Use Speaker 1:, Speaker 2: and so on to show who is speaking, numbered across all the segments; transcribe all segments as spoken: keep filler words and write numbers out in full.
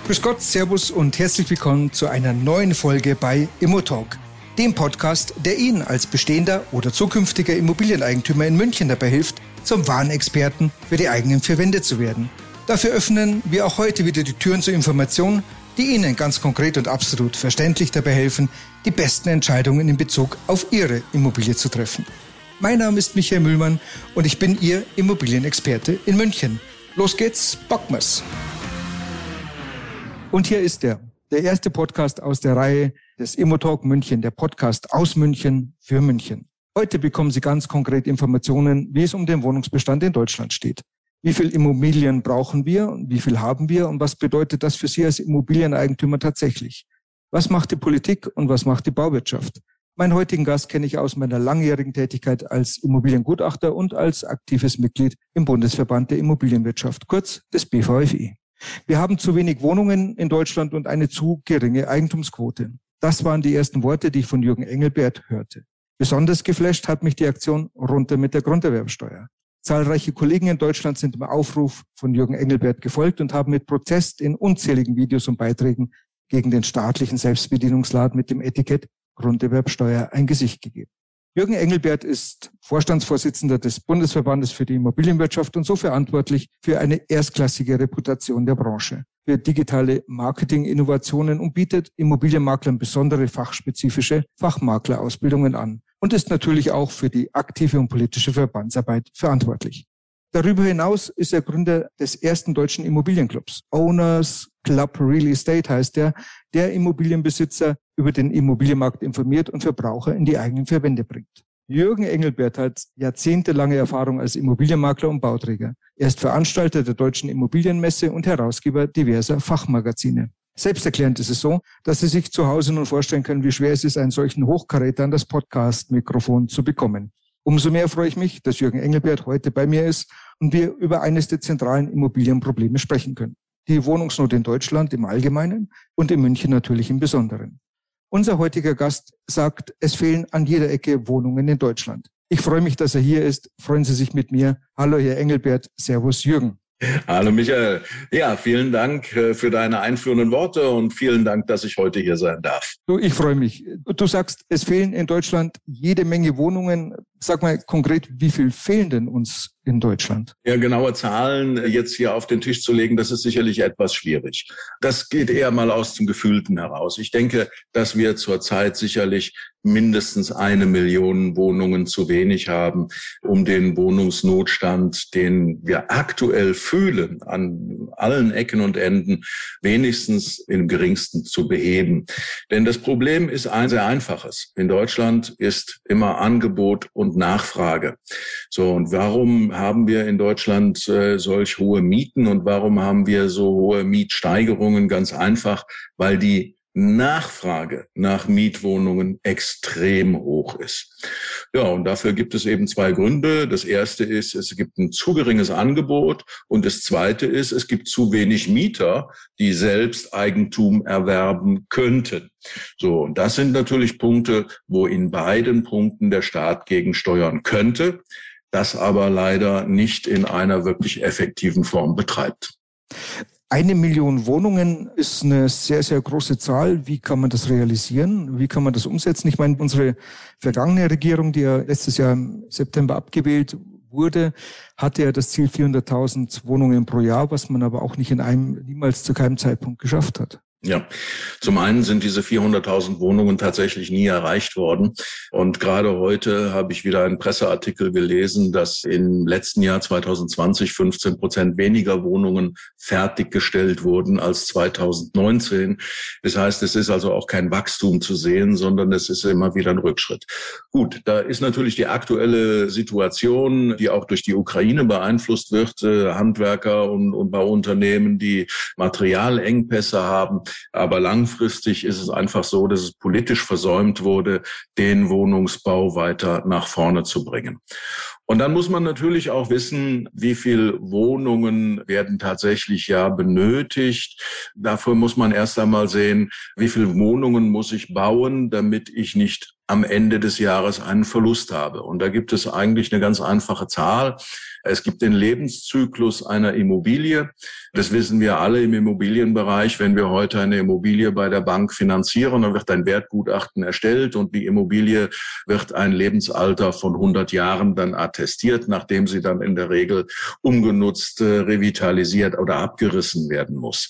Speaker 1: Grüß Gott, Servus und herzlich willkommen zu einer neuen Folge bei ImmoTalk, dem Podcast, der Ihnen als bestehender oder zukünftiger Immobilieneigentümer in München dabei hilft, zum wahren Experten für die eigenen vier Wände zu werden. Dafür öffnen wir auch heute wieder die Türen zur Information, die Ihnen ganz konkret und absolut verständlich dabei helfen, die besten Entscheidungen in Bezug auf Ihre Immobilie zu treffen. Mein Name ist Michael Mühlmann und ich bin Ihr Immobilienexperte in München. Los geht's, packen wir's! Und hier ist er, der erste Podcast aus der Reihe des ImmoTalk München, der Podcast aus München für München. Heute bekommen Sie ganz konkret Informationen, wie es um den Wohnungsbestand in Deutschland steht. Wie viel Immobilien brauchen wir und wie viel haben wir und was bedeutet das für Sie als Immobilieneigentümer tatsächlich? Was macht die Politik und was macht die Bauwirtschaft? Meinen heutigen Gast kenne ich aus meiner langjährigen Tätigkeit als Immobiliengutachter und als aktives Mitglied im Bundesverband der Immobilienwirtschaft, kurz des B V F I. Wir haben zu wenig Wohnungen in Deutschland und eine zu geringe Eigentumsquote. Das waren die ersten Worte, die ich von Jürgen Engelbert hörte. Besonders geflasht hat mich die Aktion runter mit der Grunderwerbsteuer. Zahlreiche Kollegen in Deutschland sind dem Aufruf von Jürgen Engelbert gefolgt und haben mit Protest in unzähligen Videos und Beiträgen gegen den staatlichen Selbstbedienungsladen mit dem Etikett Grunderwerbsteuer ein Gesicht gegeben. Jürgen Engelbert ist Vorstandsvorsitzender des Bundesverbandes für die Immobilienwirtschaft und so verantwortlich für eine erstklassige Reputation der Branche, für digitale Marketing-Innovationen und bietet Immobilienmaklern besondere fachspezifische Fachmaklerausbildungen an und ist natürlich auch für die aktive und politische Verbandsarbeit verantwortlich. Darüber hinaus ist er Gründer des ersten deutschen Immobilienclubs. Owners Club Real Estate heißt er, der Immobilienbesitzer über den Immobilienmarkt informiert und Verbraucher in die eigenen vier Wände bringt. Jürgen Engelbert hat jahrzehntelange Erfahrung als Immobilienmakler und Bauträger. Er ist Veranstalter der Deutschen Immobilienmesse und Herausgeber diverser Fachmagazine. Selbsterklärend ist es so, dass Sie sich zu Hause nun vorstellen können, wie schwer es ist, einen solchen Hochkaräter an das Podcast-Mikrofon zu bekommen. Umso mehr freue ich mich, dass Jürgen Engelbert heute bei mir ist und wir über eines der zentralen Immobilienprobleme sprechen können. Die Wohnungsnot in Deutschland im Allgemeinen und in München natürlich im Besonderen. Unser heutiger Gast sagt, es fehlen an jeder Ecke Wohnungen in Deutschland. Ich freue mich, dass er hier ist. Freuen Sie sich mit mir. Hallo, Herr Engelbert. Servus, Jürgen.
Speaker 2: Hallo Michael. Ja, vielen Dank für deine einführenden Worte und vielen Dank, dass ich heute hier sein darf.
Speaker 1: Du, ich freue mich. Du sagst, es fehlen in Deutschland jede Menge Wohnungen. Sag mal konkret, wie viel fehlen denn uns in Deutschland?
Speaker 2: Ja, genaue Zahlen jetzt hier auf den Tisch zu legen, das ist sicherlich etwas schwierig. Das geht eher mal aus dem Gefühlten heraus. Ich denke, dass wir zurzeit sicherlich mindestens eine Million Wohnungen zu wenig haben, um den Wohnungsnotstand, den wir aktuell fühlen, an allen Ecken und Enden, wenigstens im geringsten zu beheben. Denn das Problem ist ein sehr einfaches. In Deutschland ist immer Angebot und Nachfrage. So, und warum haben wir in Deutschland äh, solch hohe Mieten und warum haben wir so hohe Mietsteigerungen? Ganz einfach, weil die Nachfrage nach Mietwohnungen extrem hoch ist. Ja, und dafür gibt es eben zwei Gründe. Das erste ist, es gibt ein zu geringes Angebot und das zweite ist, es gibt zu wenig Mieter, die selbst Eigentum erwerben könnten. So, und das sind natürlich Punkte, wo in beiden Punkten der Staat gegensteuern könnte, das aber leider nicht in einer wirklich effektiven Form betreibt.
Speaker 1: Eine Million Wohnungen ist eine sehr, sehr große Zahl. Wie kann man das realisieren? Wie kann man das umsetzen? Ich meine, unsere vergangene Regierung, die ja letztes Jahr im September abgewählt wurde, hatte ja das Ziel vierhunderttausend Wohnungen pro Jahr, was man aber auch nicht in einem, niemals zu keinem Zeitpunkt geschafft hat.
Speaker 2: Ja, zum einen sind diese vierhunderttausend Wohnungen tatsächlich nie erreicht worden. Und gerade heute habe ich wieder einen Presseartikel gelesen, dass im letzten Jahr zwanzig zwanzig fünfzehn Prozent weniger Wohnungen fertiggestellt wurden als zwanzig neunzehn. Das heißt, es ist also auch kein Wachstum zu sehen, sondern es ist immer wieder ein Rückschritt. Gut, da ist natürlich die aktuelle Situation, die auch durch die Ukraine beeinflusst wird, äh, Handwerker und, und Bauunternehmen, die Materialengpässe haben. Aber langfristig ist es einfach so, dass es politisch versäumt wurde, den Wohnungsbau weiter nach vorne zu bringen. Und dann muss man natürlich auch wissen, wie viel Wohnungen werden tatsächlich ja benötigt. Dafür muss man erst einmal sehen, wie viel Wohnungen muss ich bauen, damit ich nicht am Ende des Jahres einen Verlust habe. Und da gibt es eigentlich eine ganz einfache Zahl. Es gibt den Lebenszyklus einer Immobilie. Das wissen wir alle im Immobilienbereich. Wenn wir heute eine Immobilie bei der Bank finanzieren, dann wird ein Wertgutachten erstellt und die Immobilie wird ein Lebensalter von hundert Jahren dann attestiert, nachdem sie dann in der Regel umgenutzt, revitalisiert oder abgerissen werden muss.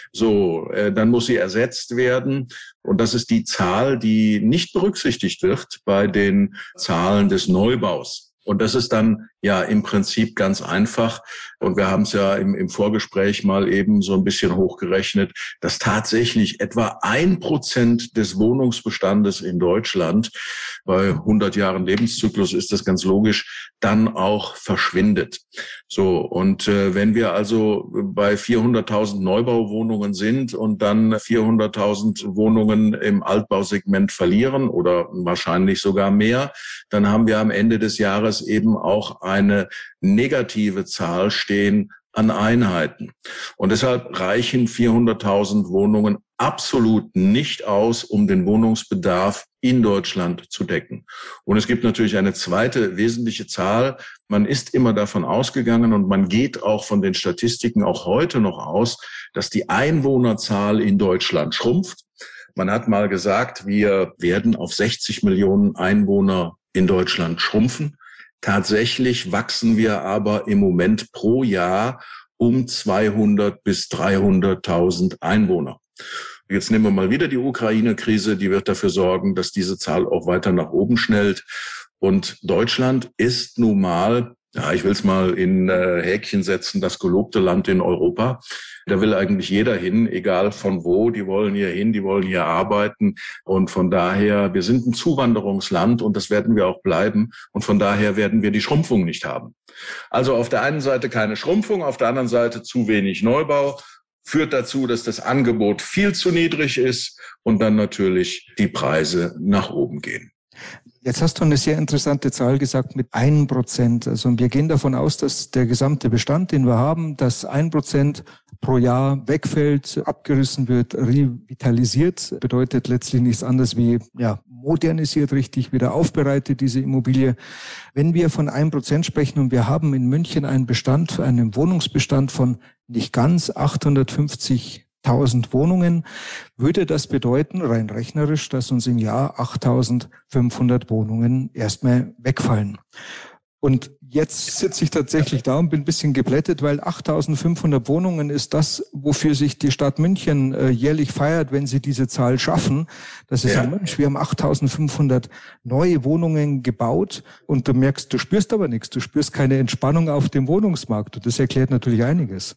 Speaker 2: So, dann muss sie ersetzt werden. Und das ist die Zahl, die nicht berücksichtigt wird bei den Zahlen des Neubaus. Und das ist dann ja im Prinzip ganz einfach. Und wir haben es ja im, im Vorgespräch mal eben so ein bisschen hochgerechnet, dass tatsächlich etwa ein Prozent des Wohnungsbestandes in Deutschland, bei hundert Jahren Lebenszyklus ist das ganz logisch, dann auch verschwindet. So, und äh, wenn wir also bei vierhunderttausend Neubauwohnungen sind und dann vierhunderttausend Wohnungen im Altbausegment verlieren oder wahrscheinlich sogar mehr, dann haben wir am Ende des Jahres eben auch eine negative Zahl stehen an Einheiten. Und deshalb reichen vierhunderttausend Wohnungen absolut nicht aus, um den Wohnungsbedarf in Deutschland zu decken. Und es gibt natürlich eine zweite wesentliche Zahl. Man ist immer davon ausgegangen und man geht auch von den Statistiken auch heute noch aus, dass die Einwohnerzahl in Deutschland schrumpft. Man hat mal gesagt, wir werden auf sechzig Millionen Einwohner in Deutschland schrumpfen. Tatsächlich wachsen wir aber im Moment pro Jahr um zweihundert bis dreihunderttausend Einwohner. Jetzt nehmen wir mal wieder die Ukraine-Krise, die wird dafür sorgen, dass diese Zahl auch weiter nach oben schnellt. Und Deutschland ist nun mal, ja, ich will es mal in äh, Häkchen setzen, das gelobte Land in Europa. Da will eigentlich jeder hin, egal von wo. Die wollen hier hin, die wollen hier arbeiten. Und von daher, wir sind ein Zuwanderungsland und das werden wir auch bleiben. Und von daher werden wir die Schrumpfung nicht haben. Also auf der einen Seite keine Schrumpfung, auf der anderen Seite zu wenig Neubau. Führt dazu, dass das Angebot viel zu niedrig ist und dann natürlich die Preise nach oben gehen.
Speaker 1: Jetzt hast du eine sehr interessante Zahl gesagt mit ein Prozent. Also wir gehen davon aus, dass der gesamte Bestand, den wir haben, dass ein Prozent pro Jahr wegfällt, abgerissen wird, revitalisiert. Bedeutet letztlich nichts anderes wie ja modernisiert, richtig wieder aufbereitet, diese Immobilie. Wenn wir von ein Prozent sprechen und wir haben in München einen Bestand, einen Wohnungsbestand von nicht ganz achthundertfünfzigtausend Wohnungen, würde das bedeuten, rein rechnerisch, dass uns im Jahr achttausendfünfhundert Wohnungen erstmal wegfallen. Und jetzt sitze ich tatsächlich da und bin ein bisschen geplättet, weil achttausendfünfhundert Wohnungen ist das, wofür sich die Stadt München äh, jährlich feiert, wenn sie diese Zahl schaffen. Das ist ja, Mensch, wir haben achttausendfünfhundert neue Wohnungen gebaut und du merkst, du spürst aber nichts, du spürst keine Entspannung auf dem Wohnungsmarkt und das erklärt natürlich einiges.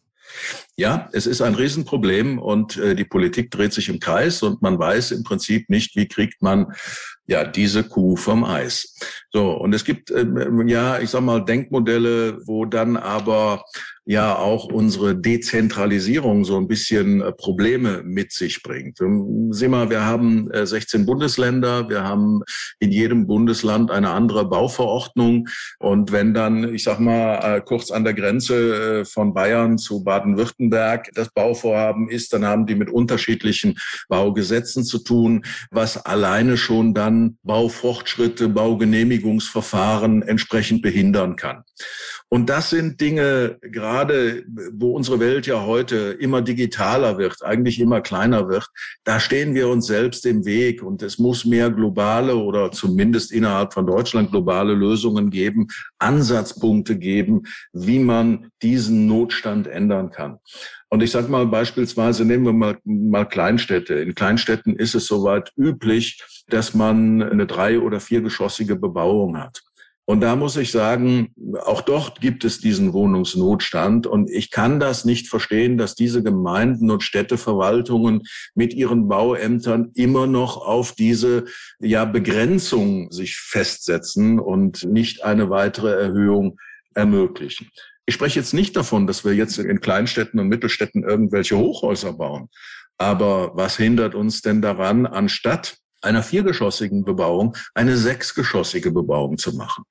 Speaker 2: Ja, es ist ein Riesenproblem und äh, die Politik dreht sich im Kreis und man weiß im Prinzip nicht, wie kriegt man ja diese Kuh vom Eis. So, und es gibt äh, ja, ich sag mal, Denkmodelle, wo dann aber ja auch unsere Dezentralisierung so ein bisschen äh, Probleme mit sich bringt. Ähm, sieh mal, wir haben äh, sechzehn Bundesländer, wir haben in jedem Bundesland eine andere Bauverordnung und wenn dann, ich sag mal, äh, kurz an der Grenze äh, von Bayern zu Baden-Württemberg das Bauvorhaben ist, dann haben die mit unterschiedlichen Baugesetzen zu tun, was alleine schon dann Baufortschritte, Baugenehmigungsverfahren entsprechend behindern kann. Und das sind Dinge, gerade wo unsere Welt ja heute immer digitaler wird, eigentlich immer kleiner wird, da stehen wir uns selbst im Weg und es muss mehr globale oder zumindest innerhalb von Deutschland globale Lösungen geben, Ansatzpunkte geben, wie man diesen Notstand ändern kann. Und ich sage mal beispielsweise, nehmen wir mal, mal Kleinstädte. In Kleinstädten ist es soweit üblich, dass man eine drei- oder viergeschossige Bebauung hat. Und da muss ich sagen, auch dort gibt es diesen Wohnungsnotstand. Und ich kann das nicht verstehen, dass diese Gemeinden und Städteverwaltungen mit ihren Bauämtern immer noch auf diese ja, Begrenzung sich festsetzen und nicht eine weitere Erhöhung ermöglichen. Ich spreche jetzt nicht davon, dass wir jetzt in Kleinstädten und Mittelstädten irgendwelche Hochhäuser bauen. Aber was hindert uns denn daran, anstatt einer viergeschossigen Bebauung eine sechsgeschossige Bebauung zu machen?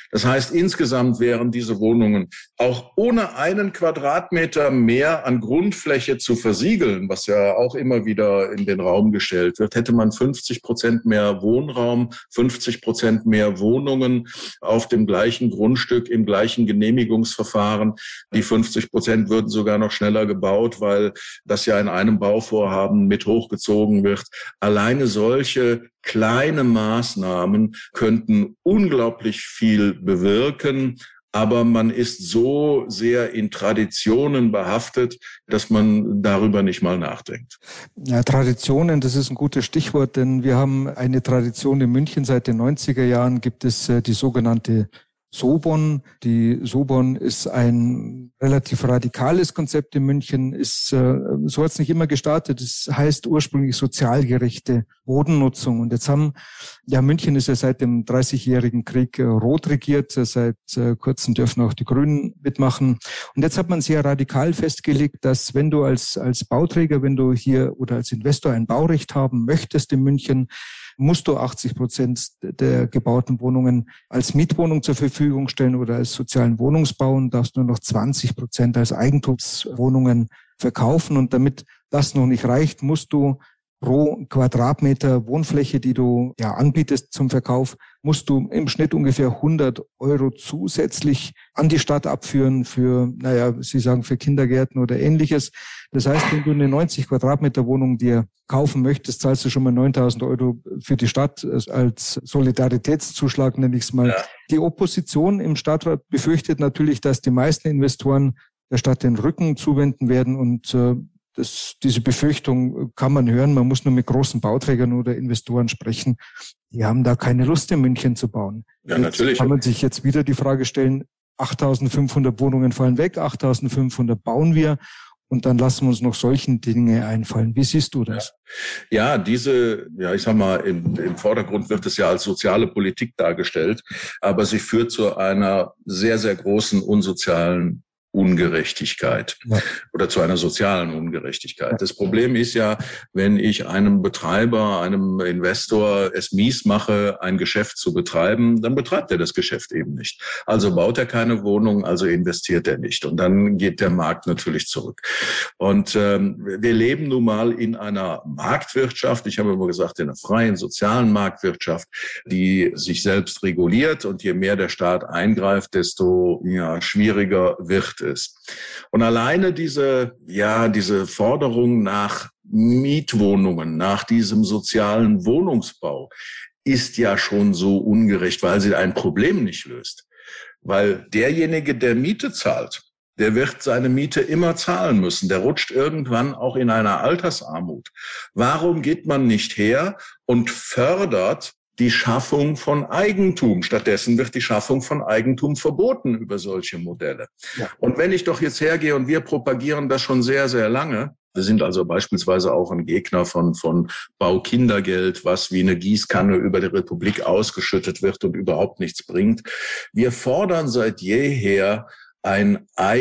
Speaker 2: Das heißt, insgesamt wären diese Wohnungen auch ohne einen Quadratmeter mehr an Grundfläche zu versiegeln, was ja auch immer wieder in den Raum gestellt wird, hätte man fünfzig Prozent mehr Wohnraum, fünfzig Prozent mehr Wohnungen auf dem gleichen Grundstück, im gleichen Genehmigungsverfahren. Die fünfzig Prozent würden sogar noch schneller gebaut, weil das ja in einem Bauvorhaben mit hochgezogen wird. Alleine solche kleine Maßnahmen könnten unglaublich viel bewirken, aber man ist so sehr in Traditionen behaftet, dass man darüber nicht mal nachdenkt.
Speaker 1: Ja, Traditionen, das ist ein gutes Stichwort, denn wir haben eine Tradition in München. Seit den neunziger Jahren gibt es die sogenannte Sobon. Die Sobon ist ein relativ radikales Konzept in München, ist, äh, so hat es nicht immer gestartet. Es heißt ursprünglich sozialgerechte Bodennutzung. Und jetzt haben, ja, München ist ja seit dem dreißigjährigen Krieg äh, rot regiert. Seit äh, kurzem dürfen auch die Grünen mitmachen. Und jetzt hat man sehr radikal festgelegt, dass wenn du als, als Bauträger, wenn du hier oder als Investor ein Baurecht haben möchtest in München, musst du achtzig Prozent der gebauten Wohnungen als Mietwohnung zur Verfügung stellen oder als sozialen Wohnungsbau und darfst nur noch zwanzig Prozent als Eigentumswohnungen verkaufen. Und damit das noch nicht reicht, musst du pro Quadratmeter Wohnfläche, die du ja anbietest zum Verkauf, musst du im Schnitt ungefähr hundert Euro zusätzlich an die Stadt abführen für, naja, Sie sagen für Kindergärten oder Ähnliches. Das heißt, wenn du eine neunzig Quadratmeter Wohnung dir kaufen möchtest, zahlst du schon mal neuntausend Euro für die Stadt als Solidaritätszuschlag, nenne ich es mal. Ja. Die Opposition im Stadtrat befürchtet natürlich, dass die meisten Investoren der Stadt den Rücken zuwenden werden und äh, Das, diese Befürchtung kann man hören. Man muss nur mit großen Bauträgern oder Investoren sprechen. Die haben da keine Lust, in München zu bauen.
Speaker 2: Ja,
Speaker 1: jetzt
Speaker 2: natürlich.
Speaker 1: Kann man sich jetzt wieder die Frage stellen, achttausendfünfhundert Wohnungen fallen weg, achttausendfünfhundert bauen wir und dann lassen wir uns noch solchen Dinge einfallen. Wie siehst du das?
Speaker 2: Ja, ja diese, ja, ich sag mal, im, im Vordergrund wird es ja als soziale Politik dargestellt, aber sie führt zu einer sehr, sehr großen unsozialen Ungerechtigkeit ja. oder zu einer sozialen Ungerechtigkeit. Das Problem ist ja, wenn ich einem Betreiber, einem Investor es mies mache, ein Geschäft zu betreiben, dann betreibt er das Geschäft eben nicht. Also baut er keine Wohnung, also investiert er nicht. Und dann geht der Markt natürlich zurück. Und ähm, wir leben nun mal in einer Marktwirtschaft, ich habe immer gesagt, in einer freien, sozialen Marktwirtschaft, die sich selbst reguliert. Und je mehr der Staat eingreift, desto ja, schwieriger wird ist. Und alleine diese, ja, diese Forderung nach Mietwohnungen, nach diesem sozialen Wohnungsbau ist ja schon so ungerecht, weil sie ein Problem nicht löst. Weil derjenige, der Miete zahlt, der wird seine Miete immer zahlen müssen. Der rutscht irgendwann auch in einer Altersarmut. Warum geht man nicht her und fördert die Schaffung von Eigentum? Stattdessen wird die Schaffung von Eigentum verboten über solche Modelle. Ja. Und wenn ich doch jetzt hergehe und wir propagieren das schon sehr, sehr lange, wir sind also beispielsweise auch ein Gegner von, von Baukindergeld, was wie eine Gießkanne über die Republik ausgeschüttet wird und überhaupt nichts bringt. Wir fordern seit jeher ein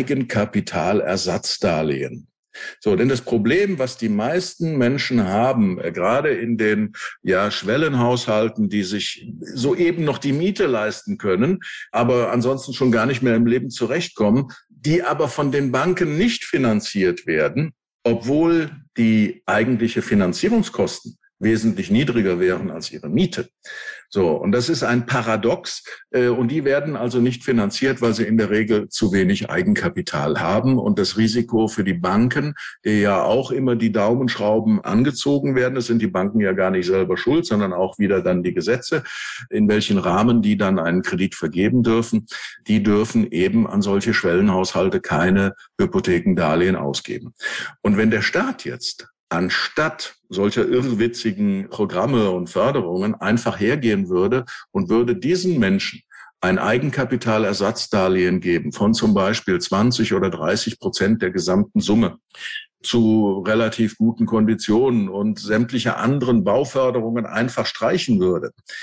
Speaker 2: Eigenkapitalersatzdarlehen. So, denn das Problem, was die meisten Menschen haben, gerade in den ja Schwellenhaushalten, die sich soeben noch die Miete leisten können, aber ansonsten schon gar nicht mehr im Leben zurechtkommen, die aber von den Banken nicht finanziert werden, obwohl die eigentliche Finanzierungskosten wesentlich niedriger wären als ihre Miete. So, und das ist ein Paradox, äh, und die werden also nicht finanziert, weil sie in der Regel zu wenig Eigenkapital haben und das Risiko für die Banken, die ja auch immer die Daumenschrauben angezogen werden, das sind die Banken ja gar nicht selber schuld, sondern auch wieder dann die Gesetze, in welchen Rahmen die dann einen Kredit vergeben dürfen, die dürfen eben an solche Schwellenhaushalte keine Hypothekendarlehen ausgeben. Und wenn der Staat jetzt anstatt solcher irrwitzigen Programme und Förderungen einfach hergehen würde und würde diesen Menschen ein Eigenkapitalersatzdarlehen geben von zum Beispiel zwanzig oder dreißig Prozent der gesamten Summe zu relativ guten Konditionen und sämtliche anderen Bauförderungen einfach streichen würde,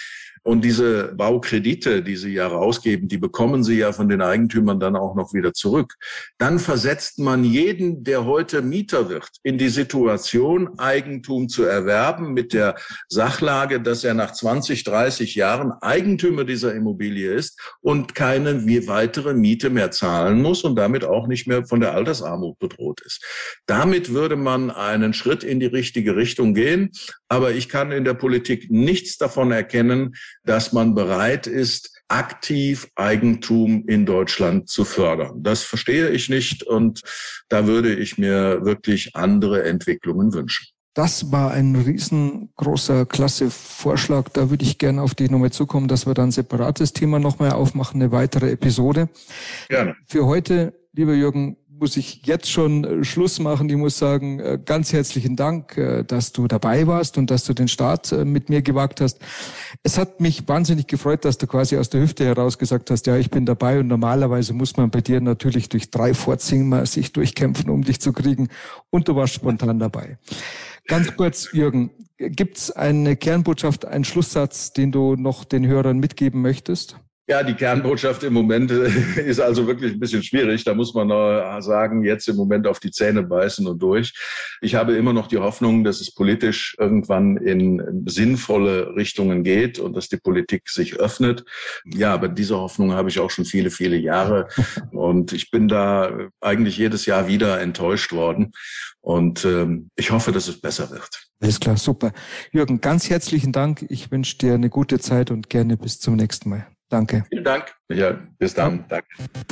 Speaker 2: Und diese Baukredite, die sie ja rausgeben, die bekommen sie ja von den Eigentümern dann auch noch wieder zurück. Dann versetzt man jeden, der heute Mieter wird, in die Situation, Eigentum zu erwerben mit der Sachlage, dass er nach zwanzig, dreißig Jahren Eigentümer dieser Immobilie ist und keine weitere Miete mehr zahlen muss und damit auch nicht mehr von der Altersarmut bedroht ist. Damit würde man einen Schritt in die richtige Richtung gehen. Aber ich kann in der Politik nichts davon erkennen, dass man bereit ist, aktiv Eigentum in Deutschland zu fördern. Das verstehe ich nicht und da würde ich mir wirklich andere Entwicklungen wünschen.
Speaker 1: Das war ein riesengroßer, klasse Vorschlag. Da würde ich gerne auf die Nummer zukommen, dass wir dann ein separates Thema nochmal aufmachen, eine weitere Episode.
Speaker 2: Gerne.
Speaker 1: Für heute, lieber Jürgen, muss ich jetzt schon Schluss machen. Ich muss sagen, ganz herzlichen Dank, dass du dabei warst und dass du den Start mit mir gewagt hast. Es hat mich wahnsinnig gefreut, dass du quasi aus der Hüfte heraus gesagt hast, ja, ich bin dabei und normalerweise muss man bei dir natürlich durch drei Vorzimmer sich durchkämpfen, um dich zu kriegen und du warst spontan dabei. Ganz kurz, Jürgen, gibt's eine Kernbotschaft, einen Schlusssatz, den du noch den Hörern mitgeben möchtest?
Speaker 2: Ja, die Kernbotschaft im Moment ist also wirklich ein bisschen schwierig. Da muss man sagen, jetzt im Moment auf die Zähne beißen und durch. Ich habe immer noch die Hoffnung, dass es politisch irgendwann in sinnvolle Richtungen geht und dass die Politik sich öffnet. Ja, aber diese Hoffnung habe ich auch schon viele, viele Jahre. Und ich bin da eigentlich jedes Jahr wieder enttäuscht worden. Und ähm, ich hoffe, dass es besser wird.
Speaker 1: Alles klar, super. Jürgen, ganz herzlichen Dank. Ich wünsche dir eine gute Zeit und gerne bis zum nächsten Mal. Danke.
Speaker 2: Vielen Dank. Ja, bis dann. Danke.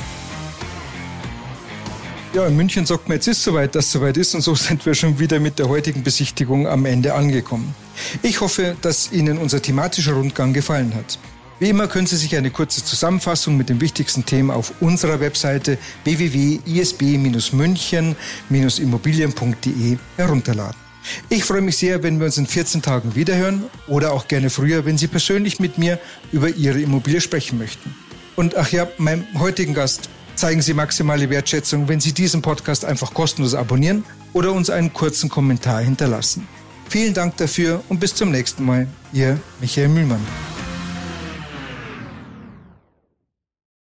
Speaker 1: Ja, in München sagt man, jetzt ist soweit, dass es soweit ist und so sind wir schon wieder mit der heutigen Besichtigung am Ende angekommen. Ich hoffe, dass Ihnen unser thematischer Rundgang gefallen hat. Wie immer können Sie sich eine kurze Zusammenfassung mit den wichtigsten Themen auf unserer Webseite w w w punkt i s b Bindestrich münchen Bindestrich immobilien punkt d e herunterladen. Ich freue mich sehr, wenn wir uns in vierzehn Tagen wiederhören oder auch gerne früher, wenn Sie persönlich mit mir über Ihre Immobilie sprechen möchten. Und ach ja, meinem heutigen Gast zeigen Sie maximale Wertschätzung, wenn Sie diesen Podcast einfach kostenlos abonnieren oder uns einen kurzen Kommentar hinterlassen. Vielen Dank dafür und bis zum nächsten Mal. Ihr Michael Mühlmann.